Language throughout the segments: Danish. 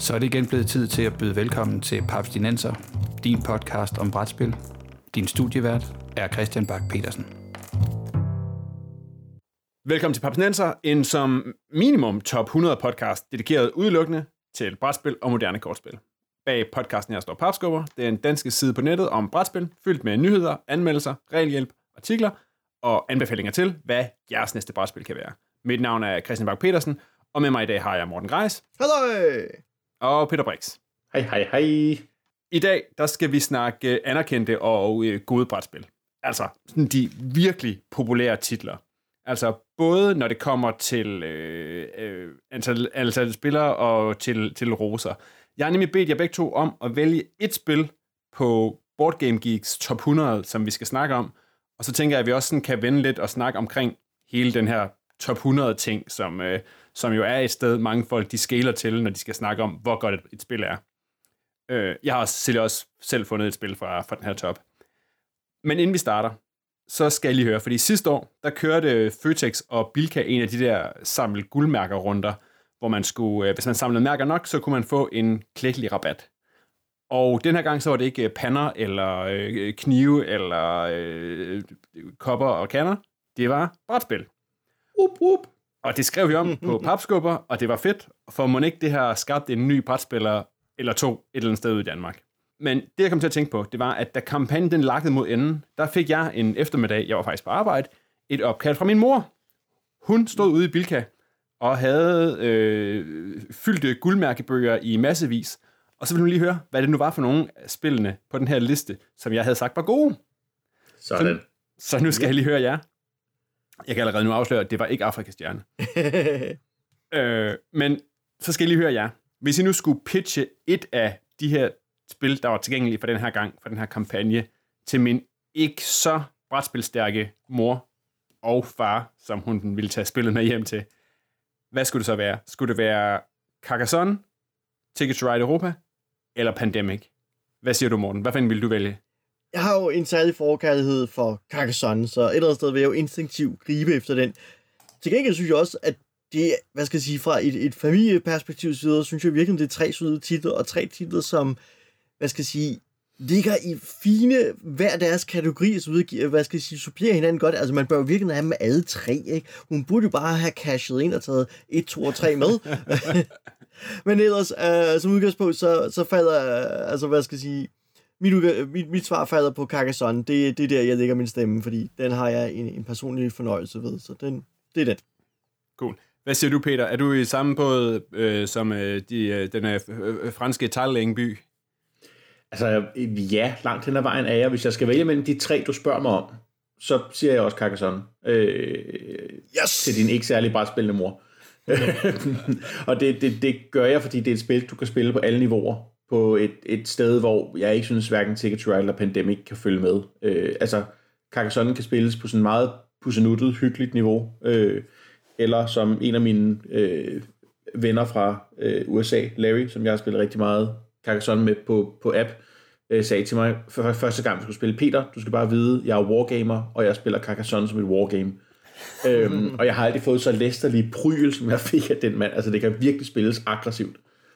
Så er det igen blevet tid til at byde velkommen til Papstinenser, din podcast om brætspil. Din studievært er Christian Bak Petersen. Velkommen til Papstinenser, en som minimum top 100 podcast, dedikeret udelukkende til brætspil og moderne kortspil. Bag podcasten her står Papskubber. Det er en dansk side på nettet om brætspil, fyldt med nyheder, anmeldelser, regelhjælp, artikler og anbefalinger til, hvad jeres næste brætspil kan være. Mit navn er Christian Bak Petersen, og med mig i dag har jeg Morten Greis. Hallo! Og Peter Brix. Hej. I dag, der skal vi snakke anerkendte og gode brætspil. Altså sådan de virkelig populære titler. Altså både når det kommer til antal spillere og til roser. Jeg har nemlig bedt jer begge to om at vælge et spil på Board Game Geeks top 100, som vi skal snakke om. Og så tænker jeg, at vi også sådan kan vende lidt og snakke omkring hele den her top 100 ting, som jo er et sted, mange folk de scaler til, når de skal snakke om, hvor godt et spil er. Jeg har også selv fundet et spil fra den her top. Men inden vi starter, så skal jeg lige høre, fordi sidste år, der kørte Føtex og Bilka en af de der samle guldmærker-runder, hvor man skulle, hvis man samlede mærker nok, så kunne man få en klækkelig rabat. Og den her gang, så var det ikke pander, eller knive, eller kopper og kander. Det var brætspil. Og det skrev vi om på Papskubber, og det var fedt, for mon ikke det her skabte en ny brætspiller eller to et eller andet sted ude i Danmark. Men det, jeg kom til at tænke på, det var, at da kampagnen den lakkede mod enden, der fik jeg en eftermiddag, jeg var faktisk på arbejde, et opkald fra min mor. Hun stod ude i Bilka og havde fyldte guldmærkebøger i massevis. Og så ville hun lige høre, hvad det nu var for nogle af spillene på den her liste, som jeg havde sagt var gode. Sådan. Så nu skal jeg lige høre jer. Jeg kan allerede nu afsløre, at det var ikke Afrikas stjerne. Men så skal jeg lige høre jer. Hvis I nu skulle pitche et af de her spil, der var tilgængelige for den her gang, for den her kampagne, til min ikke så brætspilstærke mor og far, som hun ville tage spillet med hjem til, hvad skulle det så være? Skulle det være Carcassonne, Ticket to Ride Europa eller Pandemic? Hvad siger du, Morten? Hvad fanden ville du vælge? Jeg har jo en særlig forkærlighed for Carcassonne, så et eller andet sted vil jeg jo instinktivt gribe efter den. Til gengæld synes jeg også, at det, hvad skal jeg sige, fra et familieperspektiv videre, synes jeg virkelig, det er 3 søde titler, og 3 titler, som, hvad skal jeg sige, ligger i fine, hver deres kategori, så hvad skal jeg sige, supplerer hinanden godt. Altså, man bør jo virkelig have dem alle 3, ikke? Hun burde jo bare have cashet ind og taget 1, 2 og 3 med. Men ellers, som udgangspunkt, så falder, altså, hvad skal jeg sige, mit svar falder på Carcassonne. Det er der, jeg lægger min stemme, fordi den har jeg en personlig fornøjelse ved, så det er den. Cool. Hvad siger du, Peter? Er du i samme båd som den franske Tallingby? Altså, ja, langt hen ad vejen er jeg. Hvis jeg skal vælge mellem de 3, du spørger mig om, så siger jeg også Carcassonne. Yes! Til din ikke særlig brætspillende mor. Og det gør jeg, fordi det er et spil, du kan spille på alle niveauer. På et sted, hvor jeg ikke synes, hverken Ticket to Ride eller Pandemic kan følge med. Altså, Carcassonne kan spilles på sådan meget pussenuttet, hyggeligt niveau. Eller som en af mine venner fra USA, Larry, som jeg har spillet rigtig meget Carcassonne med på app, sagde til mig, for første gang vi skulle spille, Peter, du skal bare vide, jeg er wargamer, og jeg spiller Carcassonne som et wargame. Og jeg har aldrig fået så læsterlig pryl, som jeg fik af den mand. Altså, det kan virkelig spilles aggressivt.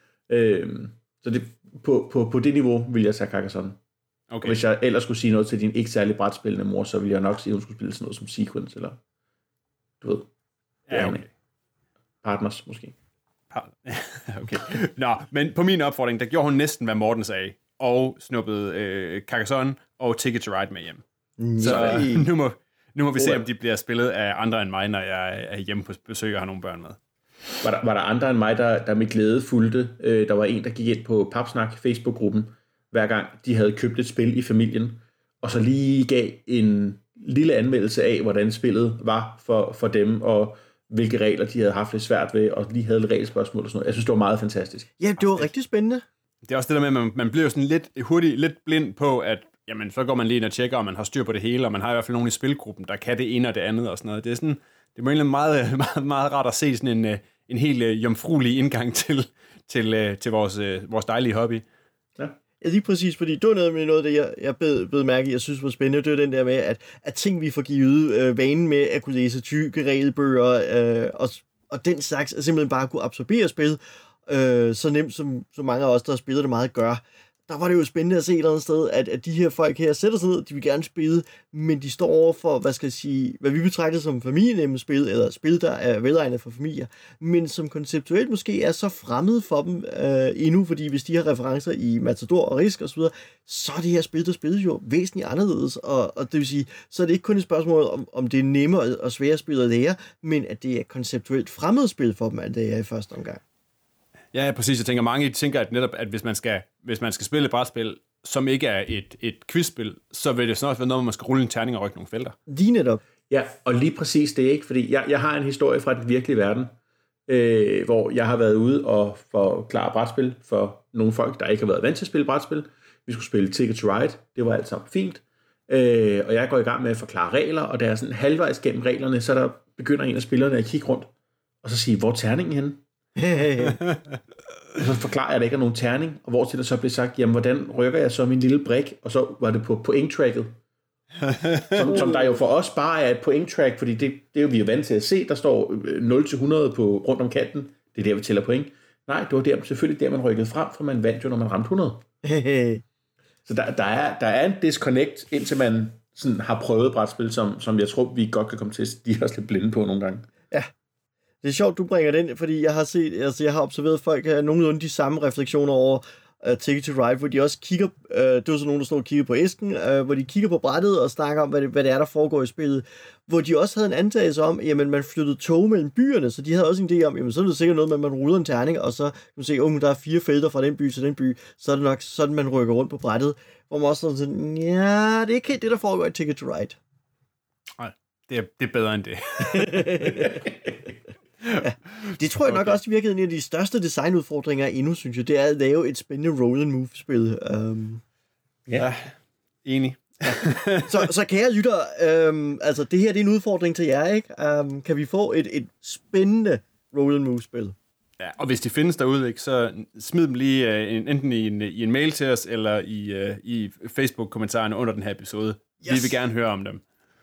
Så det, på det niveau vil jeg tage Carcassonne. Okay. Og hvis jeg ellers skulle sige noget til din ikke særlig brætspillende mor, så ville jeg nok sige, at hun skulle spille sådan noget som Sequence, eller du ved. Ja, okay. Partners, måske. Okay. Nå, men på min opfordring, der gjorde hun næsten, hvad Morten sagde, og snuppede Carcassonne og Ticket to Ride med hjem. Så nu må vi se, om de bliver spillet af andre end mig, når jeg er hjemme på besøg og har nogle børn med. Var der andre end mig, der med glæde fulgte? Der var en, der gik ind på Papsnak, Facebook-gruppen, hver gang de havde købt et spil i familien, og så lige gav en lille anmeldelse af, hvordan spillet var for dem, og hvilke regler de havde haft lidt svært ved, og lige havde lidt regelspørgsmål og sådan noget. Jeg synes, det var meget fantastisk. Ja, det var rigtig spændende. Det er også det der med, at man bliver sådan lidt blind på, at jamen, så går man lige ind og tjekker, om man har styr på det hele, og man har i hvert fald nogen i spilgruppen, der kan det ene og det andet og sådan noget. Det er sådan, det må egentlig meget, meget, meget rart at se sådan en helt jomfruelig indgang til vores dejlige hobby. Ja. Ja, lige præcis, fordi det var noget af det, jeg bed mærke i, jeg synes var spændende, det var den der med, at ting vi får givet vanen med at kunne læse tykke regelbøger, og den slags, at simpelthen bare kunne absorbere spil, så nemt, som mange af os, der har spillet det meget, gør. Der var det jo spændende at se et eller andet sted, at de her folk her sætter sig ned, de vil gerne spille, men de står over for, hvad vi betragter som familienemme spil, eller spil, der er velegnet for familier, men som konceptuelt måske er så fremmed for dem endnu, fordi hvis de har referencer i Matador og Risk osv., så er det her spil, der spilles jo væsentligt anderledes, og det vil sige, så er det ikke kun et spørgsmål om det er nemmere og sværere spil at lære, men at det er konceptuelt fremmed spil for dem, at det er i første omgang. Ja, præcis. Jeg tænker, mange tænker, at netop, at hvis man skal spille et brætspil, som ikke er et quizspil, så vil det snart være noget, hvor man skal rulle en terning og rykke nogle felter. Lige netop. Ja, og lige præcis det, ikke? Fordi jeg har en historie fra den virkelige verden, hvor jeg har været ude og forklare brætspil for nogle folk, der ikke har været vant til at spille brætspil. Vi skulle spille Ticket to Ride. Det var alt sammen fint. Og jeg går i gang med at forklare regler, og da jeg er sådan halvvejs gennem reglerne, så der begynder en af spillerne at kigge rundt, og så sige, hvor er terningen henne? Og så forklarer jeg, at der ikke er nogen terning, og hvor til der så bliver sagt, jamen hvordan rykker jeg så min lille brik, og så var det på point-tracket. som der jo for os bare er et point-track, fordi det er jo vi er vant til at se, der står 0-100 på rundt om kanten, det er der, vi tæller point. Nej, det var selvfølgelig der, man rykkede frem, for man vandt jo, når man ramte 100. Så der er en disconnect, indtil man sådan har prøvet brætspil, som jeg tror, vi godt kan komme til at stige os lidt blinde på nogle gange. Ja. Det er sjovt, du bringer den, fordi jeg har observeret folk have nogenlunde de samme refleksioner over Ticket to Ride, hvor de også kigger, det var så nogen, der stod og kigger på æsken, hvor de kigger på brettet og snakker om, hvad det er, der foregår i spillet, hvor de også havde en antagelse om, jamen man flyttede tog mellem byerne, så de havde også en idé om, jamen så er det sikkert noget med, at man ruller en terning, og så kan man se, der er 4 felter fra den by til den by, så er det nok sådan, man rykker rundt på brettet, hvor man også sådan, ja, det er ikke helt det, der foregår i Ticket to Ride. Nej, det er bedre end det. Ja, det tror jeg nok også i virkeligheden en af de største designudfordringer endnu, synes jeg, det er at lave et spændende roll-and-move-spil. Ja, enig. så kære lytter, altså det her det er en udfordring til jer, ikke? Kan vi få et spændende roll-and-move-spil? Ja, og hvis de findes derude, ikke, så smid dem lige enten i en mail til os, eller i Facebook-kommentarerne under den her episode. Yes. Vi vil gerne høre om dem.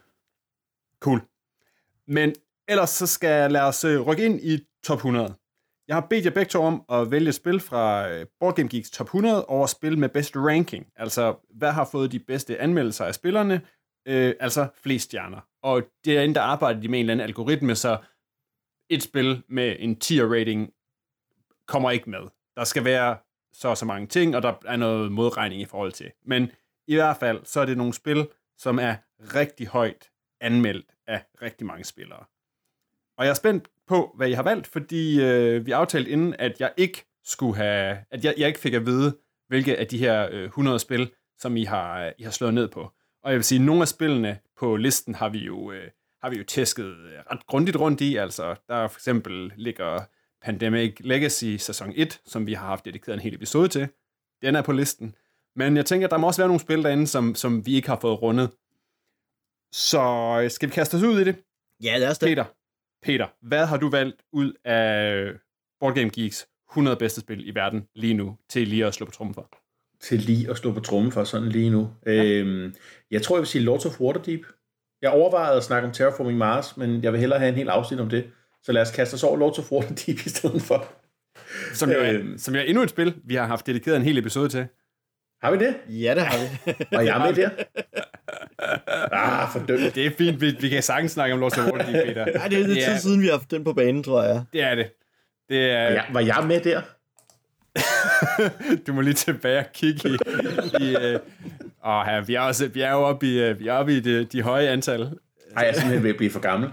Cool. Men ellers så skal jeg lade os rykke ind i top 100. Jeg har bedt jer begge to om at vælge spil fra Board Game Geeks top 100 over spil med bedst ranking. Altså, hvad har fået de bedste anmeldelser af spillerne? Altså, flest stjerner. Og derinde, der arbejder de med en eller anden algoritme, så et spil med en tier rating kommer ikke med. Der skal være så mange ting, og der er noget modregning i forhold til. Men i hvert fald, så er det nogle spil, som er rigtig højt anmeldt af rigtig mange spillere. Og jeg er spændt på, hvad I har valgt, fordi vi aftalte inden, at jeg ikke skulle have, at jeg ikke fik at vide, hvilke af de her 100 spil, som I har slået ned på. Og jeg vil sige, at nogle af spillene på listen har vi jo tæsket ret grundigt rundt i. Altså, der for eksempel ligger Pandemic Legacy sæson 1, som vi har haft dedikeret en hel episode til. Den er på listen. Men jeg tænker, at der må også være nogle spil derinde, som vi ikke har fået rundet. Så skal vi kaste os ud i det? Ja, lad os det. Peter, hvad har du valgt ud af Board Game Geeks 100 bedste spil i verden lige nu, til lige at slå på trommen for? Til lige at slå på trommen for sådan lige nu. Ja. Jeg tror, jeg vil sige Lords of Waterdeep. Jeg overvejede at snakke om Terraforming Mars, men jeg vil hellere have en hel afsnit om det. Så lad os kaste os over Lords of Waterdeep i stedet for. Som jo er endnu et spil, vi har haft dedikeret en hel episode til. Har vi det? Ja, det har vi. Og jeg er med der? Fordømt. Det er fint, vi kan sagtens snakke om Lords of Waterdeep, Peter. Ja, det er lidt tid siden, vi har haft den på banen, tror jeg. Det er det. Var jeg med der? Du må lige tilbage og kigge vi er jo oppe i de høje antal. Ej, jeg er simpelthen ved at blive for gammel.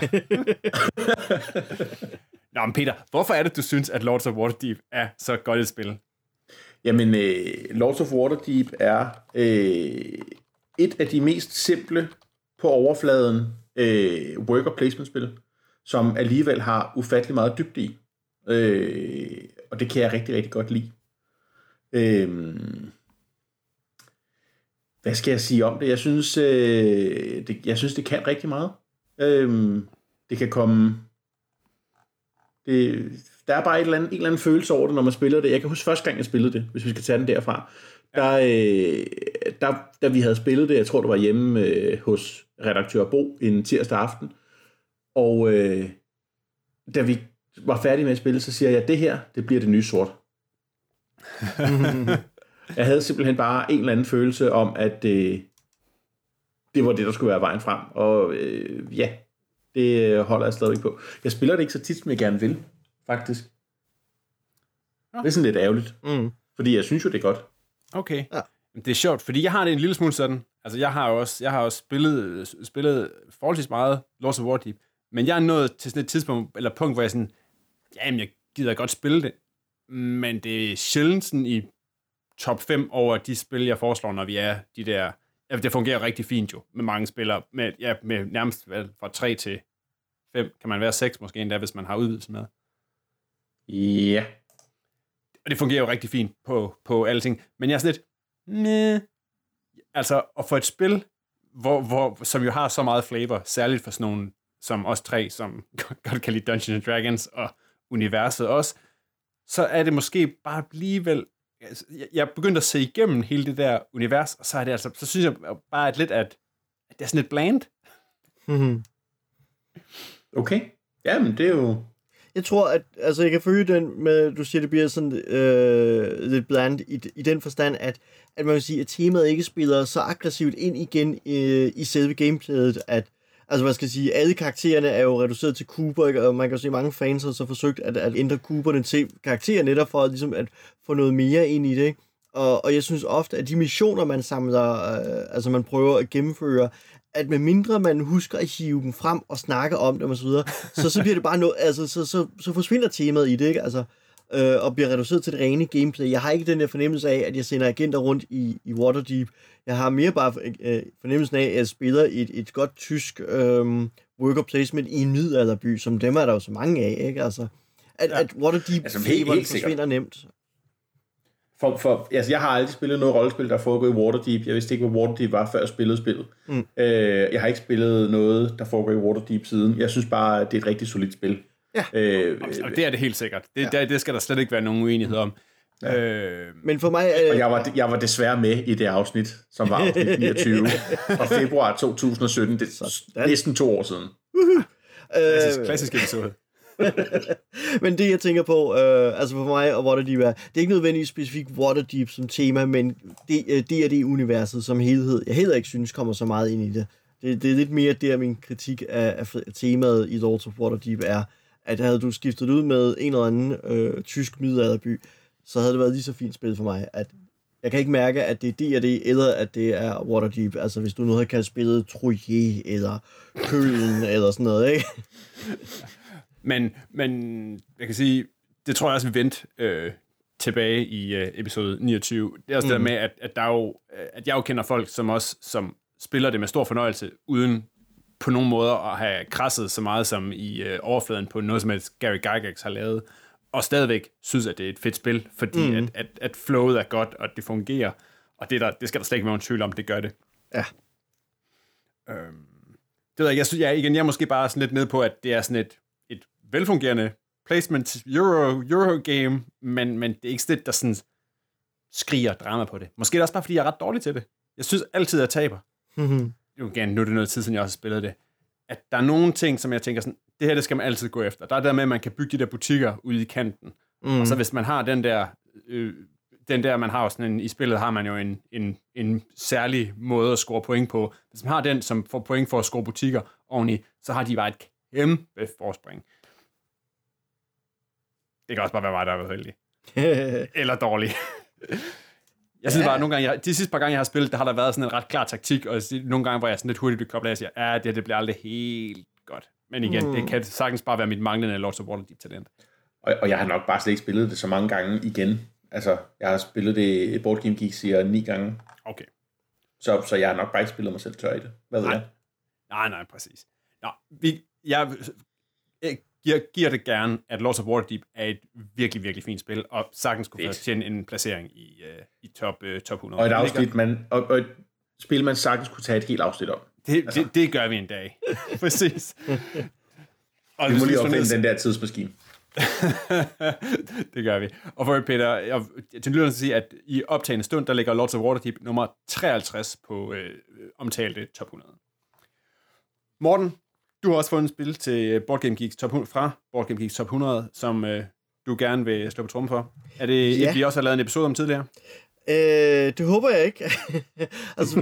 Nå, men Peter, hvorfor er det, du synes, at Lords of Waterdeep er så godt et spil? Jamen, Lords of Waterdeep er et af de mest simple på overfladen worker placement-spil, som alligevel har ufattelig meget dybde i. Og det kan jeg rigtig, rigtig godt lide. Hvad skal jeg sige om det? Jeg synes, det kan rigtig meget. Det kan komme... Der er bare en eller anden følelse over det, når man spiller det. Jeg kan huske første gang, jeg spillede det, hvis vi skal tage den derfra. Da vi havde spillet det, jeg tror, det var hjemme hos redaktør Bo en tirsdag aften, og da vi var færdig med at spille, så siger jeg, at det her, det bliver det nye sort. Jeg havde simpelthen bare en eller anden følelse om, at det var det, der skulle være vejen frem. Og ja, det holder jeg stadigvæk på. Jeg spiller det ikke så tit, som jeg gerne vil, faktisk. Ja. Det er sådan lidt ærgerligt. Fordi jeg synes jo, det er godt. Okay. Ja. Det er sjovt, fordi jeg har det en lille smule sådan. Altså, jeg har også spillet forholdsvis meget Lords of Waterdeep, men jeg er nået til sådan et tidspunkt, eller punkt, hvor jeg sådan, jamen, jeg gider godt spille det, men det er sjældent sådan i top 5 over de spil, jeg foreslår, når vi er de der. Ja, det fungerer rigtig fint jo, med mange spillere, med nærmest fra 3 til 5, kan man være 6 måske endda, hvis man har udvidelse med. Ja. Og det fungerer jo rigtig fint på alle ting, men jeg er sådan lidt, altså, at få et spil, som jo har så meget flavor, særligt for sådan nogle som os tre, som godt kan lide Dungeons & Dragons og universet også, så er det måske bare alligevel, jeg begyndte at se igennem hele det der univers, og så er det altså, så synes jeg bare at det er sådan lidt bland. Okay. Jamen, det er jo... Jeg tror, at jeg kan følge den med, du siger, det bliver sådan lidt bland i den forstand, at man kan sige, at temaet ikke spiller så aggressivt ind igen i selve gameplayet, at hvad skal jeg sige, alle karaktererne er jo reduceret til kuber, ikke? Og man kan se, mange fans har så forsøgt at ændre kuberne til karakterer netop for ligesom at få noget mere ind i det, ikke? Og jeg synes ofte, at de missioner, man samler, man prøver at gennemføre, at med mindre man husker at hive dem frem og snakke om dem og så videre, så bliver det bare noget, så forsvinder temaet i det, ikke? Og bliver reduceret til det rene gameplay. Jeg har ikke den der fornemmelse af, at jeg sender agenter rundt i Waterdeep. Jeg har mere bare fornemmelsen af, at jeg spiller et godt tysk worker placement i en middelalderby, som dem er der jo så mange af, ikke? At Waterdeep-faberen forsvinder nemt. Jeg har aldrig spillet noget rollespil, der foregår i Waterdeep. Jeg vidste ikke, hvad Waterdeep var, før jeg spillede spillet. Jeg har ikke spillet noget, der foregår i Waterdeep siden. Jeg synes bare, at det er et rigtig solidt spil. Ja. Det er det helt sikkert. Det skal der slet ikke være nogen uenighed om. Ja. Men for mig... Og jeg var desværre med i det afsnit, som var afsnit 29. Og februar 2017, det er næsten 2 år siden. Klassisk episode. Men det jeg tænker på, for mig og Waterdeep det er ikke nødvendigvis specifikt Waterdeep som tema, men D&D-universet som helhed, jeg heller ikke synes kommer så meget ind i det. Det er lidt mere der, min kritik af temaet i Lords of Waterdeep er, at havde du skiftet ud med en eller anden tysk middelalderby, så havde det været lige så fint spil for mig, at jeg kan ikke mærke, at det er D&D, eller at det er Waterdeep. Altså, hvis du nu havde kan spille Troje, eller Kølen, eller sådan noget, ikke? Men jeg kan sige, det tror jeg også, vi vendte tilbage i episode 29. Det er også det der med, at jeg jo kender folk, som spiller det med stor fornøjelse, uden på nogen måder at have krasset så meget som i overfladen på noget, som Gary Gygax har lavet, og stadigvæk synes, at det er et fedt spil, fordi at flowet er godt, og det fungerer, og det skal der slet ikke være nogen tvivl om, det gør det. Ja. Det ved jeg, jeg er måske bare sådan lidt nede på, at det er sådan et velfungerende placement Eurogame, men det er ikke det, der sådan skriger drama på det. Måske er det også bare, fordi jeg er ret dårlig til det. Jeg synes altid, at jeg taber. Nu er det noget tid, siden jeg også har spillet det. At der er nogle ting, som jeg tænker sådan, det her, det skal man altid gå efter. Der er der med, at man kan bygge de der butikker ude i kanten. Og så hvis man har den der, man har sådan i spillet, har man jo en særlig måde at score point på. Hvis man har den, som får point for at score butikker oveni, så har de bare et kæmpe forspring. Det kan også bare være mig, der er heldig. Eller dårlig. Jeg synes bare, at nogle gange, de sidste par gange, jeg har spillet, der har der været sådan en ret klar taktik, og nogle gange, hvor jeg sådan lidt hurtigt bliver koblet af, og siger, det bliver aldrig helt godt. Men igen, det kan sagtens bare være mit manglende Lords of Waterdeep talent. Og jeg har nok bare slet ikke spillet det så mange gange igen. Altså, jeg har spillet det Board Game Geek siger 9 gange. Okay. Så jeg har nok bare ikke spillet mig selv tør i det. Hvad ved jeg? Nej, præcis. Nå, jeg giver det gerne, at Lords of Waterdeep er et virkelig, virkelig fint spil, og sagtens kunne fortjene en placering i top 100. Og et afsnit, og et spil, man sagtens kunne tage et helt afsnit om. Det gør vi en dag. Præcis. Og vi må lige opfinde den der tidsmaskine. Det gør vi. Og for Peter, jeg til lytterne at sige, at i optagende stund, der ligger Lords of Waterdeep nummer 53 på omtalte top 100. Morten, Du har også fundet et spil til Board Game Geeks fra Board Game Geeks Top 100, som du gerne vil slå på trummen for. Er det et, vi også har lavet en episode om tidligere? Det håber jeg ikke. Altså,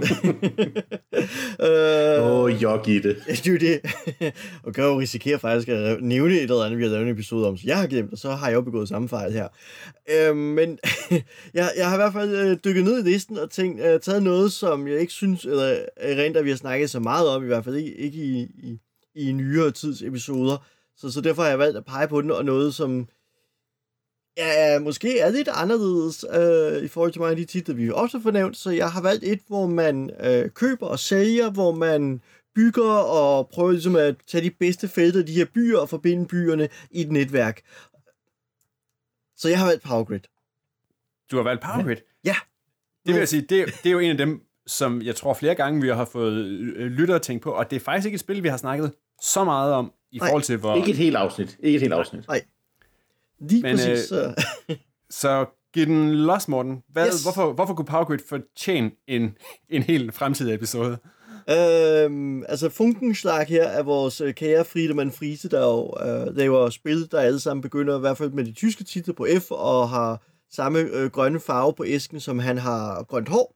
jeg giver det. Det er jo det. Og kan jo risikere faktisk at nævne et eller andet, vi har lavet en episode om, så jeg har glemt, og så har jeg jo begået samme fejl her. Men jeg har i hvert fald dykket ned i listen og taget noget, som jeg ikke synes, eller rent, at vi har snakket så meget om, i hvert fald ikke i nyere tids episoder. Så derfor har jeg valgt at pege på den, og noget, som måske er lidt anderledes i forhold til mange af de titler, vi også har fornævnt, så jeg har valgt et, hvor man køber og sælger, hvor man bygger og prøver ligesom at tage de bedste felter af de her byer og forbinde byerne i et netværk. Så jeg har valgt Power Grid. Du har valgt Power Grid? Ja. Det vil jeg sige, det er jo en af dem, som jeg tror flere gange, vi har fået lyttere at tænke på, og det er faktisk ikke et spil, vi har snakket så meget om, i forhold til hvor... Ikke et helt afsnit. Nej. Lige men, præcis. Så giv den los, Morten. Hvorfor kunne Power Grid fortjene en helt fremtidig episode? Altså Funkenschlag her er vores kære Friedemann Friese, der jo laver spil, der alle sammen begynder, i hvert fald med de tyske titler på F, og har samme grønne farve på æsken, som han har grønt hår.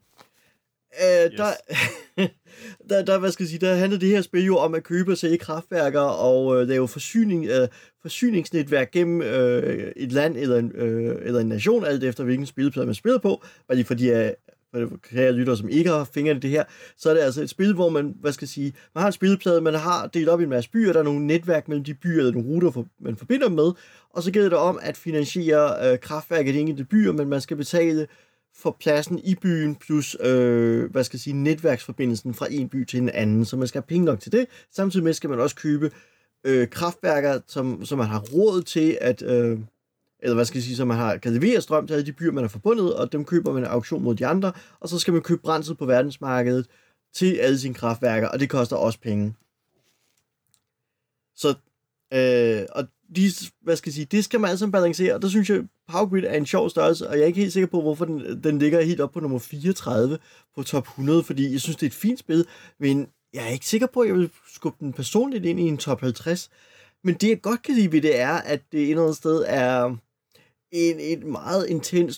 Der handler det her spil jo om at købe og sælge kraftværker og lave forsyningsnetværk gennem et land eller en nation, alt efter hvilken spilplade man spiller på. Bare lige fordi kære lyttere, som ikke har fingrene i det her, så er det altså et spil, hvor man, man har en spilplade, man har delt op i en masse byer, der er nogle netværk mellem de byer, eller nogle ruter, man forbinder dem med, og så gælder det om at finansiere kraftværk i de enkelte byer, men man skal betale for pladsen i byen, plus netværksforbindelsen fra en by til en anden, så man skal have penge nok til det. Samtidig med skal man også købe kraftværker, som man har råd til at, som man kan levere strøm til alle de byer, man har forbundet, og dem køber man en auktion mod de andre, og så skal man købe brændsel på verdensmarkedet til alle sine kraftværker, og det koster også penge. Så, og det skal man altså balancere, og der synes jeg, Power Grid er en sjov størrelse, og jeg er ikke helt sikker på, hvorfor den ligger helt op på nummer 34 på top 100, fordi jeg synes, det er et fint spil, men jeg er ikke sikker på, at jeg vil skubbe den personligt ind i en top 50. Men det, jeg godt kan lide ved det, er, at det et eller andet sted er et meget intenst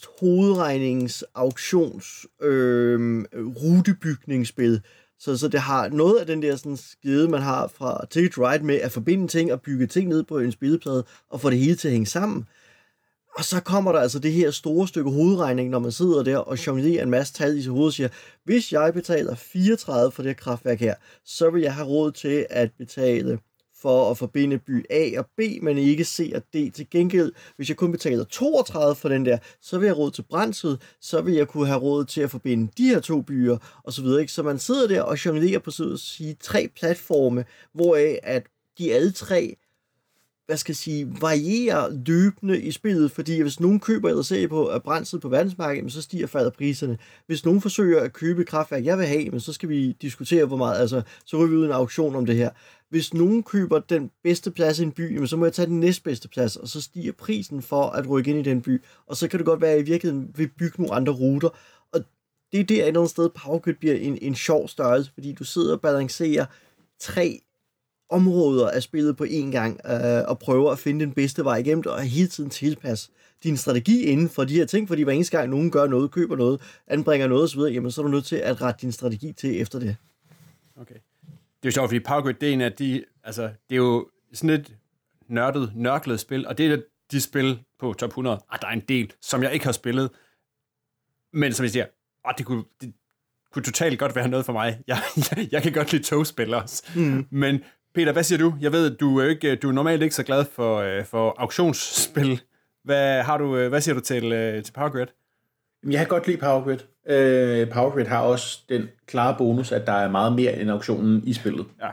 rutebygningsspil. Så det har noget af den der sådan skide, man har fra Ticket to Ride med at forbinde ting og bygge ting ned på en spilleplade og få det hele til at hænge sammen. Og så kommer der altså det her store stykke hovedregning, når man sidder der og jonglerer en masse tal i sit hoved og siger, hvis jeg betaler 34 for det her kraftværk her, så vil jeg have råd til at betale for at forbinde by A og B, men ikke C og D. Til gengæld, hvis jeg kun betaler 32 for den der, så vil jeg have råd til brændsel, så vil jeg kunne have råd til at forbinde de her to byer, og så videre. Ikke? Så man sidder der og jonglerer på så at sige 3 platforme, hvoraf at de alle 3 varierer løbende i spillet, fordi hvis nogen køber eller sælger på brændsel på verdensmarkedet, så stiger falder priserne. Hvis nogen forsøger at købe kraftværk, jeg vil have, men så skal vi diskutere, hvor meget, så ryger vi ud i en auktion om det her. Hvis nogen køber den bedste plads i en by, så må jeg tage den næstbedste plads, og så stiger prisen for at rykke ind i den by. Og så kan det godt være, at jeg i virkeligheden vil bygge nogle andre ruter. Og det er der et eller andet sted, Power Grid bliver en sjov størrelse, fordi du sidder og balancerer 3 områder af spillet på én gang, og prøver at finde den bedste vej igennem det, og hele tiden tilpasse din strategi inden for de her ting, fordi hver eneste gang nogen gør noget, køber noget, anbringer noget osv., jamen så er du nødt til at rette din strategi til efter det. Okay. Det er jo sjovt, fordi Power Grid, det er en af de, det er jo sådan et nørklet spil, og det er de spil på top 100, der er en del, som jeg ikke har spillet, men som jeg siger, det kunne totalt godt være noget for mig. Jeg kan godt lide togspil også. Men Peter, hvad siger du? Jeg ved, at du er normalt ikke så glad for auktionsspil. Hvad siger du til Power Grid? Jeg kan godt lide Power Grid. Power Grid har også den klare bonus, at der er meget mere end auktionen i spillet. Ja.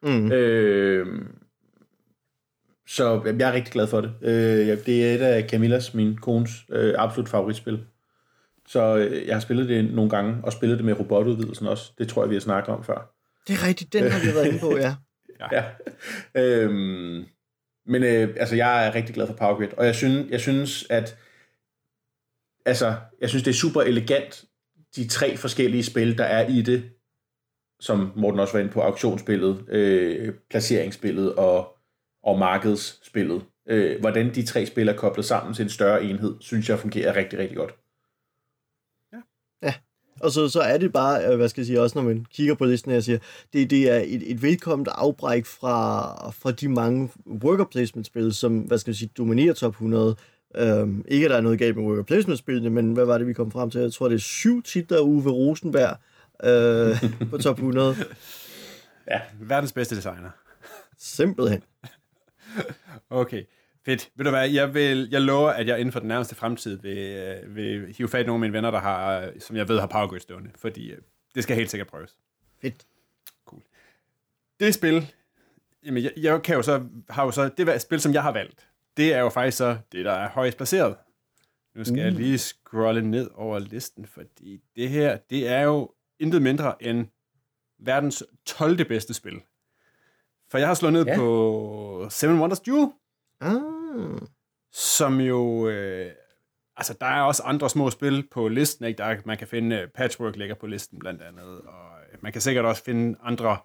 Så jeg er rigtig glad for det. Det er et af Camillas, min kones, absolut favoritspil. Så jeg har spillet det nogle gange, og spillet det med robotudvidelsen også. Det tror jeg, vi har snakket om før. Det er rigtigt, den har vi været inde på, ja. Ja. Men jeg er rigtig glad for Power Grid, og jeg synes, at jeg synes, det er super elegant, de 3 forskellige spil, der er i det, som Morten også var inde på, auktionsspillet, placeringsspillet og markedsspillet. Hvordan de 3 spil er koblet sammen til en større enhed, synes jeg fungerer rigtig, rigtig godt. Ja. Og så er det bare, hvad skal jeg sige, også når man kigger på listen her, siger, det er et velkomment afbræk fra de mange worker placement-spil, som, hvad skal jeg sige, dominerer top 100. Ikke at der er noget galt med worker placement-spillene, men hvad var det, vi kom frem til? Jeg tror, det er 7 titler Uwe Rosenberg på top 100. Ja, verdens bedste designer. Simpelthen. Okay, fedt. Ved du hvad, jeg lover, at jeg inden for den nærmeste fremtid vil hive fat i nogle af mine venner, der har, som jeg ved har Power Grid stående, fordi det skal helt sikkert prøves. Fedt. Cool. Det spil, jamen jeg kan jo så, har jo så, det spil, som jeg har valgt, det er jo faktisk så det, der er højst placeret. Nu skal jeg lige scrolle ned over listen, fordi det her, det er jo intet mindre end verdens 12. bedste spil. For jeg har slået ned på Seven Wonders Duel, som jo... altså, der er også andre små spil på listen, ikke? Man kan finde Patchwork ligger på listen blandt andet, og man kan sikkert også finde andre...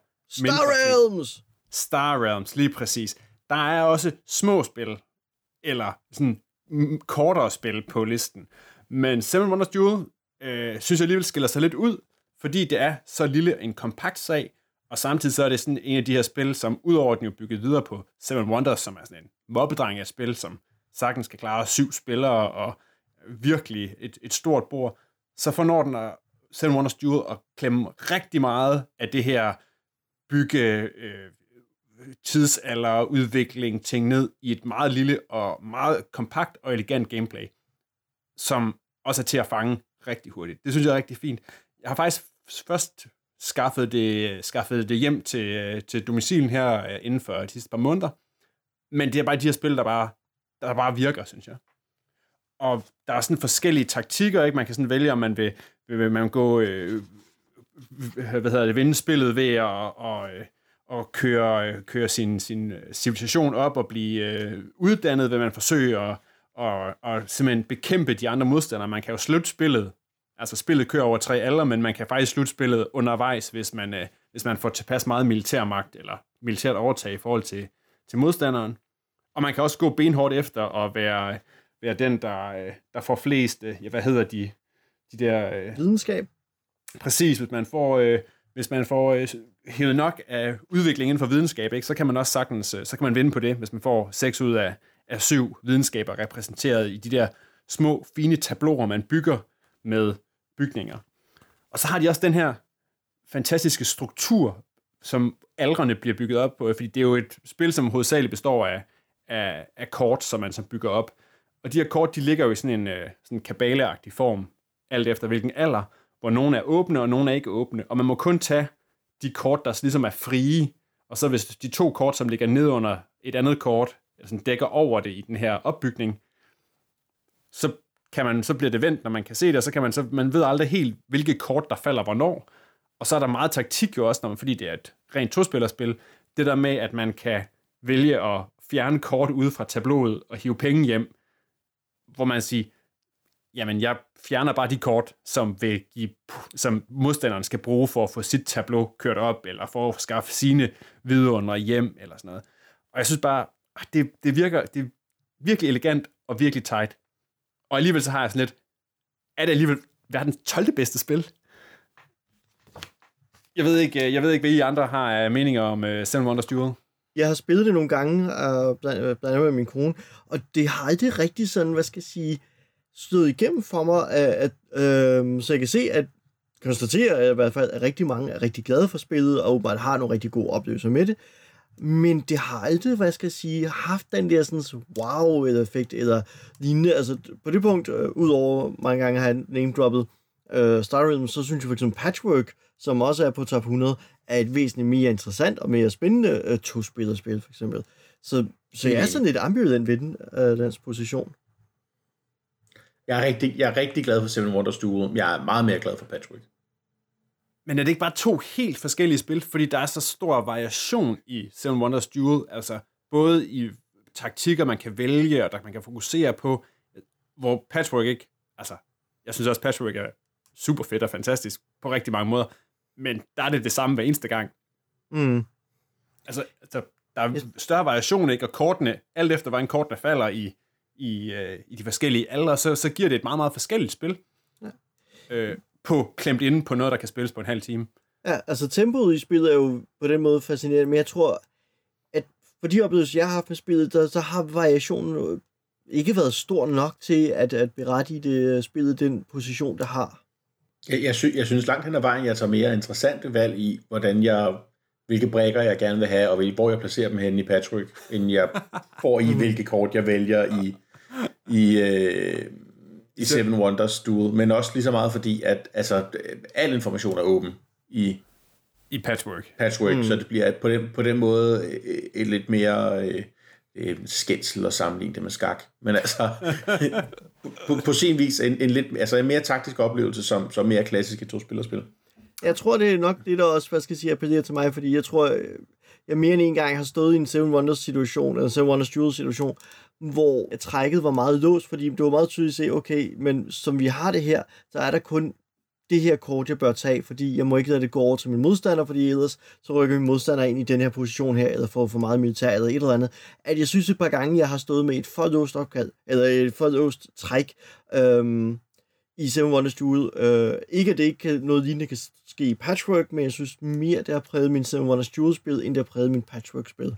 Star Realms, lige præcis. Der er også små spil, eller sådan kortere spil på listen. Men Seven Wonders Duel synes jeg alligevel skiller sig lidt ud, fordi det er så lille en kompakt sag, og samtidig så er det sådan en af de her spil, som udover den jo bygget videre på Seven Wonders, som er sådan en mobbedreng af et spil, som sagtens kan klare 7 spillere og virkelig et stort bord, så fornår den Seven Wonders Duel at klemme rigtig meget af det her bygge tidsalder udvikling ting ned i et meget lille og meget kompakt og elegant gameplay, som også er til at fange rigtig hurtigt. Det synes jeg er rigtig fint. Jeg har faktisk først skaffet det hjem til domicilen her inden for de sidste par måneder. Men det er bare de her spil, der bare virker, synes jeg. Og der er sådan forskellige taktikker, ikke? Man kan sådan vælge, om man vil man gå vinde spillet ved at køre sin civilisation op og blive uddannet, vil man forsøge at simpelthen bekæmpe de andre modstandere. Man kan jo slutte spillet. Altså spillet kører over 3 aldre, men man kan faktisk slutte spillet undervejs, hvis man får tilpas meget militærmagt eller militært overtag i forhold til modstanderen. Og man kan også gå benhårdt efter og være den, der får flest, hvad hedder de der... Videnskab. Præcis, hvis man får hævet nok af udvikling inden for videnskab, ikke, så kan man også sagtens, så kan man vinde på det, hvis man får 6 ud af 7 videnskaber repræsenteret i de der små, fine tableauer, man bygger med bygninger. Og så har de også den her fantastiske struktur, som aldrene bliver bygget op på, fordi det er jo et spil, som hovedsageligt består af kort, som man så bygger op. Og de her kort, de ligger jo i sådan en kabaleagtig form, alt efter hvilken alder, hvor nogle er åbne, og nogle er ikke åbne. Og man må kun tage de kort, der ligesom er frie, og så hvis de 2 kort, som ligger ned under et andet kort, eller sådan dækker over det i den her opbygning, så bliver det vendt, når man kan se det, og så kan man ved aldrig helt, hvilke kort, der falder hvornår. Og så er der meget taktik jo også, fordi det er et rent 2-spillerspil. Det der med, at man kan vælge at fjerne kort ude fra tableauet og hive penge hjem, hvor man siger, jamen jeg fjerner bare de kort, som modstanderen skal bruge for at få sit tableau kørt op, eller for at skaffe sine vidundere hjem, eller sådan noget. Og jeg synes bare, det virker virkelig elegant og virkelig tight. Og alligevel så har jeg sådan lidt, er det alligevel verdens 12. bedste spil? Jeg ved ikke, hvad I andre har af meninger om Seven Wonders Duel. Jeg har spillet det nogle gange, blandt andet med min kone, og det har aldrig rigtig sådan, hvad skal jeg sige, stået igennem for mig, så jeg kan se, at konstatere, at i hvert fald at rigtig mange er rigtig glade for spillet, og åbenbart har nogle rigtig gode oplevelser med det. Men det har aldrig, hvad skal jeg sige, haft den der sådan wow-effekt eller lignende. Altså på det punkt, udover mange gange har jeg name-droppet Star Realms, så synes jeg for eksempel Patchwork, som også er på top 100, er et væsentligt mere interessant og mere spændende 2-spillerspil for eksempel. Så jeg er sådan lidt ambivalent ved dens position. Jeg er rigtig glad for Seven Wonders Duel. Jeg er meget mere glad for Patchwork. Men er det ikke bare 2 helt forskellige spil, fordi der er så stor variation i Seven Wonders Duel, altså både i taktikker, man kan vælge, og der man kan fokusere på, hvor Patchwork ikke, altså jeg synes også Patchwork er super fedt og fantastisk på rigtig mange måder, men der er det samme hver eneste gang. Mm. Altså, der er større variation, ikke? Og kortene, alt efter hvordan kortene falder i de forskellige aldre, så giver det et meget, meget forskelligt spil. Ja. Klemt inde på noget, der kan spilles på en halv time. Ja, altså tempoet i spillet er jo på den måde fascinerende, men jeg tror, at for de oplevelser, jeg har haft med spillet, så har variationen ikke været stor nok til at berettige det spillet den position, det har. Jeg synes langt hen ad vejen, jeg tager mere interessante valg i, hvilke brikker jeg gerne vil have, og hvor jeg placerer dem hen i Patchwork, end jeg får i, hvilke kort jeg vælger i Seven Wonders Duel, men også lige så meget fordi, at al information er åben i Patchwork. Så det bliver på den måde et lidt mere skændsel at sammenligne det med skak. Men altså, på sin vis en mere taktisk oplevelse, som mere klassiske to-spillerspil. Jeg tror, det er nok det, der også, appellerer til mig, fordi jeg tror, jeg mere end en gang har stået i en Seven Wonders situation, eller Seven Wonders Duel situation, hvor trækket var meget låst, fordi det var meget tydeligt at se, okay, men som vi har det her, så er der kun det her kort, jeg bør tage, fordi jeg må ikke lade det gå over til min modstander, fordi ellers så rykker min modstander ind i den her position her, eller får for meget militær, eller et eller andet. At jeg synes et par gange, jeg har stået med et for låst opkald, eller et for låst træk i Seven Wonders Duel. Ikke at det ikke noget lignende kan ske i Patchwork, men jeg synes mere, det har præget min Seven Wonders Duel-spil, end det har præget min Patchwork-spil.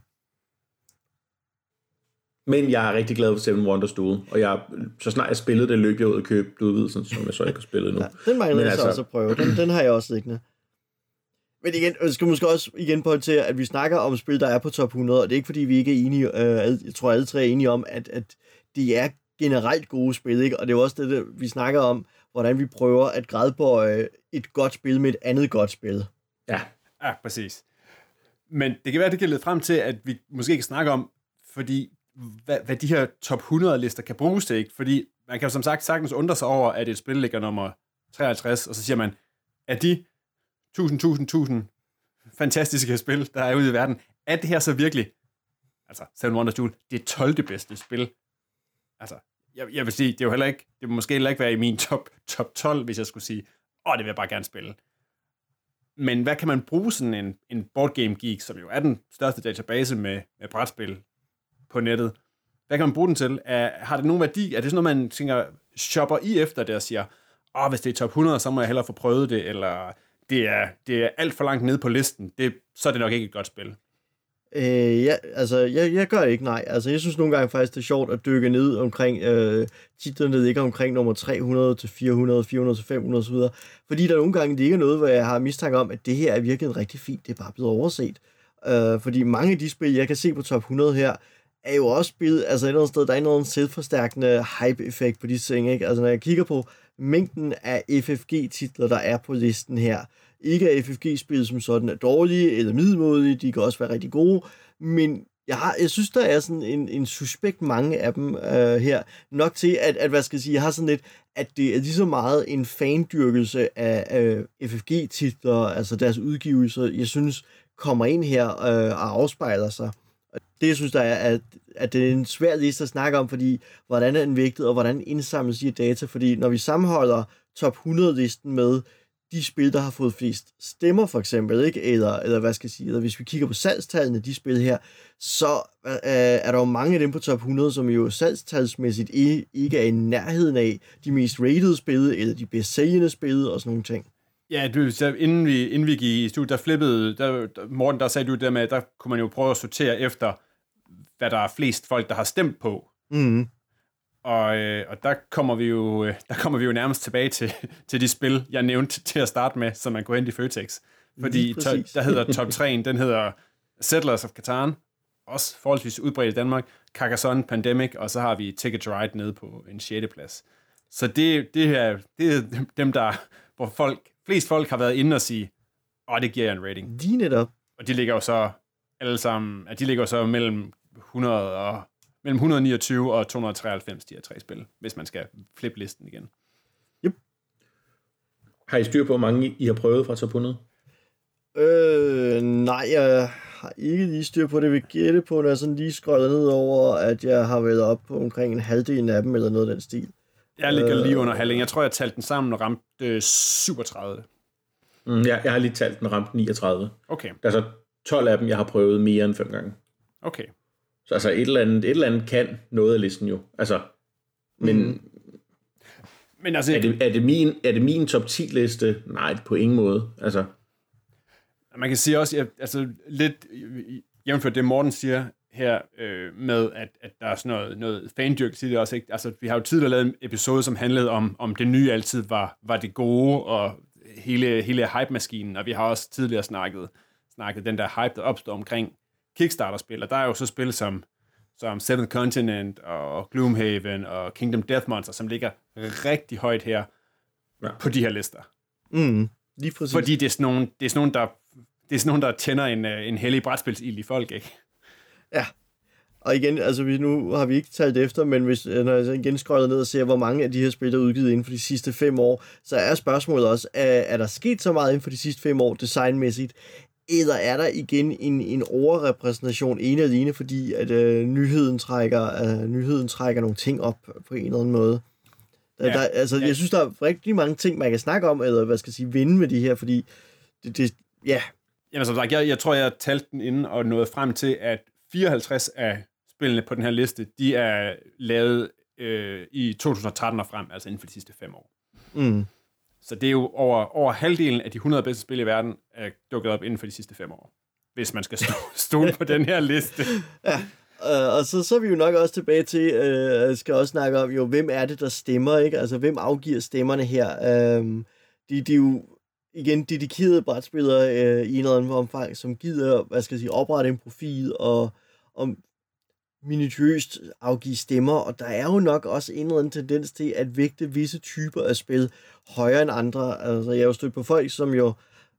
Men jeg er rigtig glad for Seven Wonders Duel, og så snart jeg spillede det, løb jeg ud og købte udvidelsen, som jeg så ikke har spillet nu. Ja, den mangler jeg så også at prøve. Den har jeg også liggende. Men igen, jeg skal måske også igen pointere, at vi snakker om spil, der er på top 100, og det er ikke fordi, vi ikke er enige, jeg tror alle tre er enige om, at de er generelt gode spil, ikke? Og det er jo også det, vi snakker om, hvordan vi prøver at gradbøje et godt spil med et andet godt spil. Ja, præcis. Men det kan være, det kan lede frem til, at vi måske ikke snakker om, fordi hvad de her top 100-lister kan bruges til, ikke? Fordi man kan jo som sagt sagtens undre sig over, at et spil ligger nummer 53, og så siger man, at de 1000 fantastiske spil, der er ude i verden, er det her så virkelig, altså Seven Wonders Duel, det 12. bedste spil? Altså, jeg vil sige, det vil måske heller ikke være i min top 12, hvis jeg skulle sige, det vil jeg bare gerne spille. Men hvad kan man bruge sådan en Board Game Geek, som jo er den største database med brætspil på nettet? Hvad kan man bruge den til? Har det nogen værdi? Er det sådan noget, man tænker, shopper i efter det og siger, hvis det er top 100, så må jeg hellere få prøvet det, eller det er alt for langt nede på listen, så er det nok ikke et godt spil? Jeg gør ikke, nej. Altså, jeg synes nogle gange faktisk, det er sjovt at dykke ned omkring titlerne ligger omkring nummer 300 til 400, 400 til 500 osv. Fordi der nogle gange ligger noget, hvor jeg har mistanke om, at det her er virkelig rigtig fint. Det er bare blevet overset. Fordi mange af de spil, jeg kan se på top 100 her, er jo også spil, altså et eller andet sted, der er noget selvforstærkende hype-effekt på de ting, ikke? Altså, når jeg kigger på mængden af FFG-titler, der er på listen her, ikke at FFG-spil som sådan er dårlige eller middelmådige, de kan også være rigtig gode, men jeg synes, der er sådan en suspekt mange af dem her, nok til, at hvad skal jeg sige, jeg har sådan lidt, at det er lige så meget en fandyrkelse af FFG-titler, altså deres udgivelser, jeg synes, kommer ind her og afspejler sig. Det, jeg synes, der er, at det er en svær liste at snakke om, fordi hvordan er den vægtet, og hvordan indsamles de data, fordi når vi sammenholder top 100-listen med de spil, der har fået flest stemmer, for eksempel, ikke? Eller hvad skal jeg sige, eller hvis vi kigger på salgstallene af de spil her, så er der jo mange af dem på top 100, som jo salgstalsmæssigt ikke er i nærheden af de mest rated spil, eller de bedst sælgende spil, og sådan nogle ting. Ja, inden vi gik i studiet, Morten, der sagde du det med, der kunne man jo prøve at sortere efter, hvad der er flest folk, der har stemt på. Mm. Og der kommer vi jo nærmest tilbage til de spil, jeg nævnte til at starte med, som man går hen i Føtex. Fordi der hedder top 3'en, den hedder Settlers of Catan, også forholdsvis udbredt i Danmark, Carcassonne, Pandemic, og så har vi Ticket to Ride nede på en 6. plads. Så det er dem, hvor flest folk har været inde og sige, det giver jeg en rating. Lige netop. Og de ligger jo så alle sammen, mellem 129 og 293, de her 3 spil, hvis man skal flippe listen igen. Yep. Har I styr på, hvor mange I har prøvet fra top 100? Nej, jeg har ikke lige styr på det. Jeg vil gætte på, når jeg sådan lige scroller ned over, at jeg har været op på omkring en halvdel af dem, eller noget af den stil. Jeg ligger lige under halvdelen. Jeg tror, jeg talte den sammen og ramte 37. Jeg har lige talt den ramt 39. Okay. Der er så 12 af dem, jeg har prøvet mere end 5 gange. Okay. Så altså et eller andet kan noget af listen jo. Altså, men altså, er det min top 10 liste? Nej, på ingen måde. Altså. Man kan sige også, altså lidt jævnført det Morten siger her med, at der er sådan noget fandyrk til det også, ikke? Altså, vi har jo tidligere lavet en episode, som handlede om det nye altid var det gode, og hele hype-maskinen, og vi har også tidligere snakket den der hype, der opstår omkring Kickstarter-spil, og der er jo så spil som Seventh Continent og Gloomhaven og Kingdom Death Monster, som ligger rigtig højt her på de her lister. Lige præcis. Fordi det er sådan nogen, der tænder en hellig brætspilsild i folk, ikke? Ja. Og igen, altså nu har vi ikke talt efter, men når jeg igen scroller ned og ser, hvor mange af de her spil, der er udgivet inden for de sidste 5 år, så er spørgsmålet også, er der sket så meget inden for de sidste 5 år designmæssigt, eller er der igen en overrepræsentation ene alene, fordi at nyheden trækker nogle ting op på en eller anden måde? Jeg synes, der er rigtig mange ting, man kan snakke om, eller vinde med de her, fordi Jamen, som sagt, jeg tror, jeg talte den inden og nåede frem til, at 54 af spillene på den her liste, de er lavet i 2013 og frem, altså inden for de sidste 5 år. Så det er jo over halvdelen af de 100 bedste spil i verden, er dukket op inden for de sidste 5 år, hvis man skal stole på den her liste. Ja, og så er vi jo nok også tilbage til, skal også snakke om, jo, hvem er det, der stemmer, ikke? Altså, hvem afgiver stemmerne her? De er jo igen dedikerede brætspillere i en eller anden omfang, som gider, oprette en profil og minutiøst afgive stemmer, og der er jo nok også en eller anden tendens til at vægte visse typer af spil højere end andre. Altså, jeg har jo stødt på folk, som jo,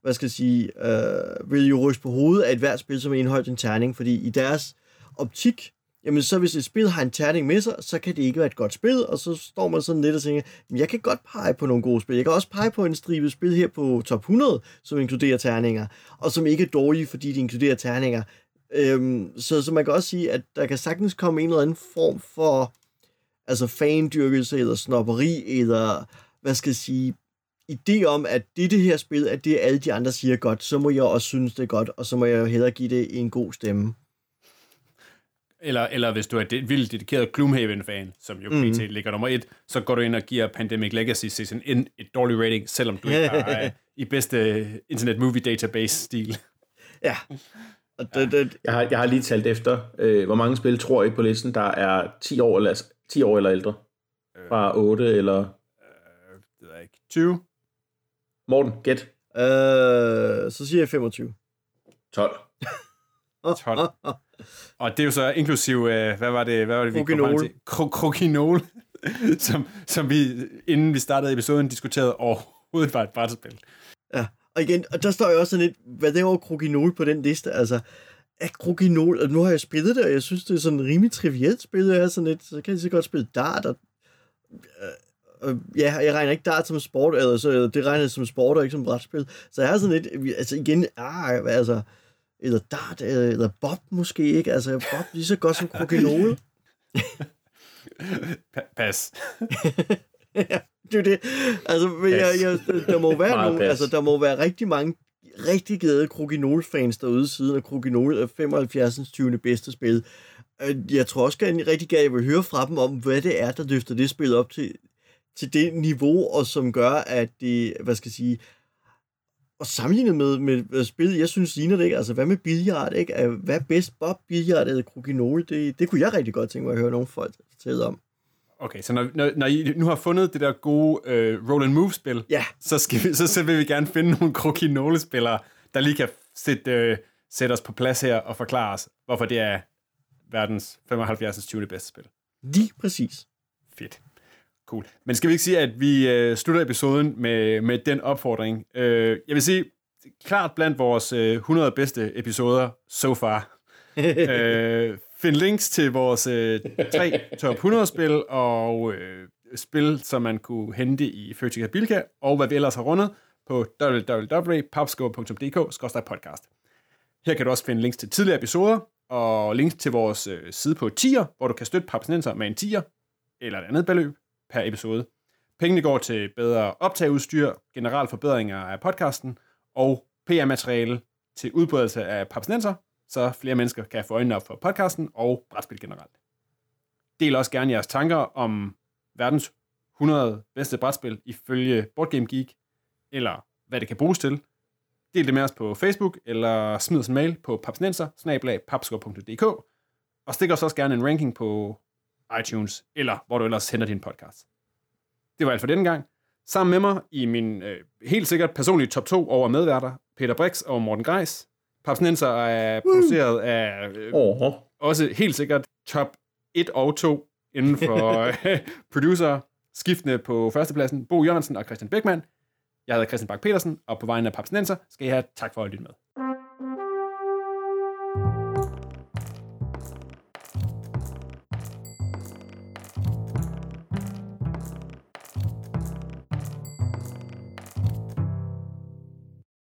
vil jo ryste på hovedet af et hvert spil, som indeholdt en terning, fordi i deres optik, jamen så hvis et spil har en terning med sig, så kan det ikke være et godt spil, og så står man sådan lidt og tænker, jeg kan godt pege på nogle gode spil. Jeg kan også pege på en stribe spil her på top 100, som inkluderer terninger, og som ikke er dårlige, fordi de inkluderer terninger. Så man kan også sige, at der kan sagtens komme en eller anden form for fandyrkelse, eller snobberi, eller idé om, at det her spil, at det alle de andre siger godt, så må jeg også synes, det er godt, og så må jeg jo hellere give det en god stemme. Eller hvis du er vildt dedikeret Gloomhaven-fan, som jo PT ligger nummer 1, så går du ind og giver Pandemic Legacy Season N et dårligt rating, selvom du ikke er i bedste Internet Movie Database-stil. Ja. Jeg har lige talt efter, hvor mange spil tror I på listen, der er 10 år eller ældre? Fra 8 eller... Det ved jeg ikke. 20? Morten, gæt. Så siger jeg 25. 12. 12. Og det er jo så inklusiv, hvad var det vi kom frem til? Krokinol, som vi, inden vi startede episoden, diskuterede overhovedet var et brætspil. Ja, og igen, og der står jo også sådan lidt, hvad det var Krokinol på den liste, altså, er Krokinol, og nu har jeg spillet det, og jeg synes, det er sådan en rimelig trivielt spil, jeg er sådan lidt, så kan jeg så godt spille dart, og jeg regner ikke dart som sport, eller så det regner som sport, og ikke som brætspil, så jeg er sådan lidt, altså igen, eller dart, eller bob måske ikke, altså bob lige så godt som Krokinol. Pas. Ja, det er det. Altså, der må være nogen, der må være rigtig mange rigtig glade Krokinol-fans derude, siden at Krokinol er 75. 20. bedste spil. Jeg tror også, at jeg rigtig gerne vil høre fra dem om, hvad det er, der løfter det spil op til det niveau, og som gør, at det, og sammenlignet med spil, jeg synes, ligner det ikke. Altså, hvad med billard, ikke? Hvad er bedst, Bob, billard eller Krokinol? Det kunne jeg rigtig godt tænke mig at høre nogle folk fortælle om. Okay, så når I nu har fundet det der gode roll and move-spil, så vil vi gerne finde nogle Krokinole-spillere, der lige kan sætte os på plads her og forklare os, hvorfor det er verdens 75. 20. bedste spil. Lige præcis. Fedt. Cool. Men skal vi ikke sige, at vi slutter episoden med den opfordring? Jeg vil sige, klart blandt vores 100 bedste episoder so far. Find links til vores 3 top 100-spil og spil, som man kunne hente i Føtica Bilka, og hvad vi ellers har rundet på www.papsko.dk/podcast. Her kan du også finde links til tidligere episoder, og links til vores side på tier, hvor du kan støtte Papsnenser med en tier, eller et andet beløb per episode. Pengene går til bedre optageudstyr, generelle forbedringer af podcasten, og PR-materiale til udbredelse af Papsnenser, så flere mennesker kan få øjnene op for podcasten og brætspil generelt. Del også gerne jeres tanker om verdens 100 bedste brætspil ifølge Board Game Geek, eller hvad det kan bruges til. Del det med os på Facebook, eller smid os en mail på papsnenser@papskov.dk, og stik os også gerne en ranking på iTunes, eller hvor du ellers henter din podcast. Det var alt for denne gang. Sammen med mig i min helt sikkert personlige top 2 over medværter, Peter Brix og Morten Greis. Papsnenser er produceret af også helt sikkert top 1 og 2 inden for producer, skiftende på førstepladsen, Bo Jørgensen og Christian Beckmann. Jeg hedder Christian Bak Petersen, og på vegne af Papsnenser skal I have tak for at lytte med.